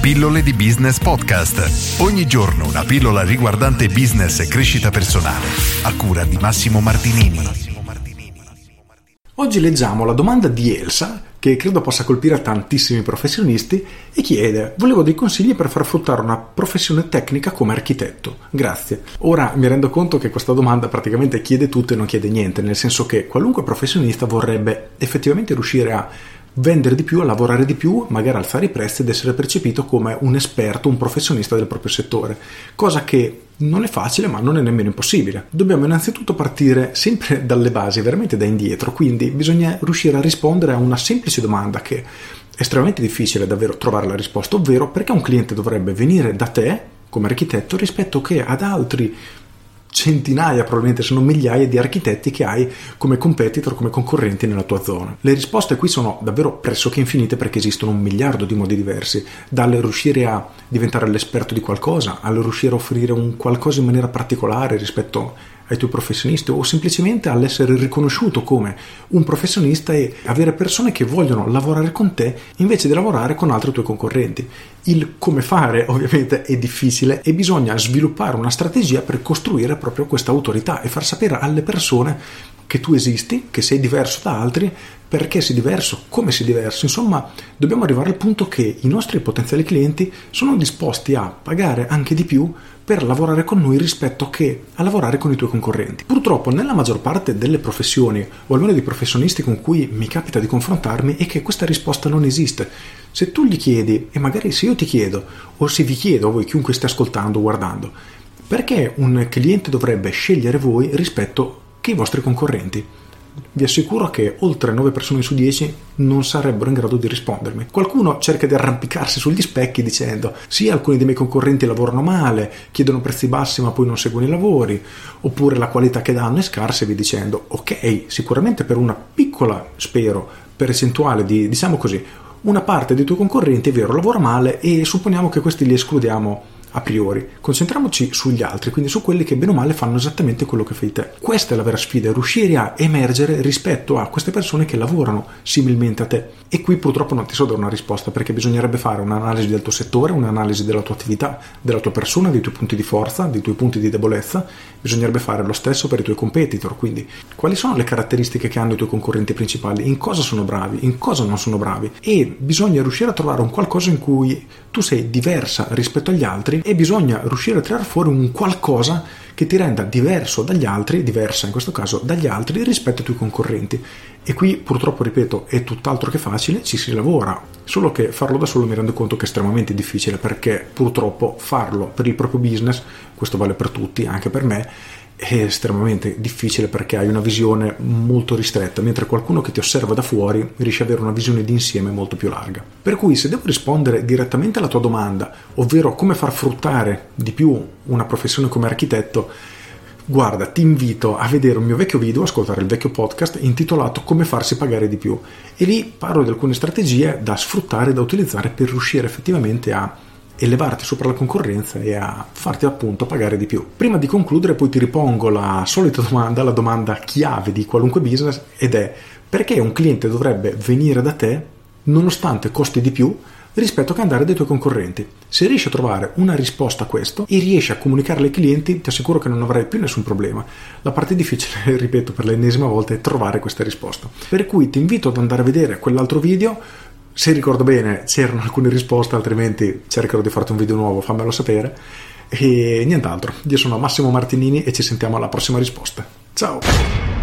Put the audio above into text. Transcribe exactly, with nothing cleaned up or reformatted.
Pillole di Business Podcast. Ogni giorno una pillola riguardante business e crescita personale, a cura di Massimo Martinini. Oggi leggiamo la domanda di Elsa, che credo possa colpire tantissimi professionisti, e chiede: volevo dei consigli per far fruttare una professione tecnica come architetto. Grazie. Ora mi rendo conto che questa domanda praticamente chiede tutto e non chiede niente, nel senso che qualunque professionista vorrebbe effettivamente riuscire a vendere di più, a lavorare di più, magari alzare i prezzi ed essere percepito come un esperto, un professionista del proprio settore, cosa che non è facile ma non è nemmeno impossibile. Dobbiamo innanzitutto partire sempre dalle basi, veramente da indietro, quindi bisogna riuscire a rispondere a una semplice domanda che è estremamente difficile davvero trovare la risposta, ovvero perché un cliente dovrebbe venire da te come architetto rispetto che ad altri centinaia, probabilmente se non migliaia di architetti che hai come competitor, come concorrenti nella tua zona. Le risposte qui sono davvero pressoché infinite, perché esistono un miliardo di modi diversi, dal riuscire a diventare l'esperto di qualcosa, al riuscire a offrire un qualcosa in maniera particolare rispetto ai tuoi professionisti, o semplicemente all'essere riconosciuto come un professionista e avere persone che vogliono lavorare con te invece di lavorare con altri tuoi concorrenti. Il come fare ovviamente è difficile e bisogna sviluppare una strategia per costruire proprio questa autorità e far sapere alle persone che tu esisti, che sei diverso da altri, perché sei diverso, come sei diverso. Insomma, dobbiamo arrivare al punto che i nostri potenziali clienti sono disposti a pagare anche di più per lavorare con noi rispetto che a lavorare con i tuoi concorrenti. Purtroppo nella maggior parte delle professioni, o almeno dei professionisti con cui mi capita di confrontarmi, è che questa risposta non esiste. Se tu gli chiedi, e magari se io ti chiedo, o se vi chiedo, voi chiunque stia ascoltando o guardando, perché un cliente dovrebbe scegliere voi rispetto che i vostri concorrenti? Vi assicuro che oltre nove persone su dieci non sarebbero in grado di rispondermi. Qualcuno cerca di arrampicarsi sugli specchi dicendo: sì, alcuni dei miei concorrenti lavorano male, chiedono prezzi bassi ma poi non seguono i lavori, oppure la qualità che danno è scarsa, e vi dicendo: ok, sicuramente per una piccola, spero, percentuale di, diciamo così, una parte dei tuoi concorrenti è vero, lavora male, e supponiamo che questi li escludiamo a priori. Concentriamoci sugli altri, quindi su quelli che bene o male fanno esattamente quello che fai te. Questa è la vera sfida, riuscire a emergere rispetto a queste persone che lavorano similmente a te. E qui purtroppo non ti so dare una risposta, perché bisognerebbe fare un'analisi del tuo settore, un'analisi della tua attività, della tua persona, dei tuoi punti di forza, dei tuoi punti di debolezza. Bisognerebbe fare lo stesso per i tuoi competitor, quindi quali sono le caratteristiche che hanno i tuoi concorrenti principali, in cosa sono bravi, in cosa non sono bravi, e bisogna riuscire a trovare un qualcosa in cui tu sei diversa rispetto agli altri, e bisogna riuscire a tirare fuori un qualcosa che ti renda diverso dagli altri, diversa in questo caso dagli altri, rispetto ai tuoi concorrenti. E qui purtroppo, ripeto, è tutt'altro che facile, ci si lavora, solo che farlo da solo mi rendo conto che è estremamente difficile, perché purtroppo farlo per il proprio business, questo vale per tutti, anche per me, è estremamente difficile, perché hai una visione molto ristretta, mentre qualcuno che ti osserva da fuori riesce ad avere una visione d'insieme molto più larga. Per cui, se devo rispondere direttamente alla tua domanda, ovvero come far fruttare di più una professione come architetto, guarda, ti invito a vedere un mio vecchio video, ascoltare il vecchio podcast intitolato Come farsi pagare di più, e lì parlo di alcune strategie da sfruttare, da utilizzare per riuscire effettivamente a elevarti sopra la concorrenza e a farti appunto pagare di più. Prima di concludere poi ti ripongo la solita domanda, la domanda chiave di qualunque business, ed è: perché un cliente dovrebbe venire da te nonostante costi di più rispetto che andare dai tuoi concorrenti? Se riesci a trovare una risposta a questo e riesci a comunicarle ai clienti, ti assicuro che non avrai più nessun problema. La parte difficile, ripeto per l'ennesima volta, è trovare questa risposta. Per cui ti invito ad andare a vedere quell'altro video. Se ricordo bene c'erano alcune risposte, altrimenti cercherò di farti un video nuovo, fammelo sapere. E nient'altro, io sono Massimo Martinini e ci sentiamo alla prossima risposta. Ciao!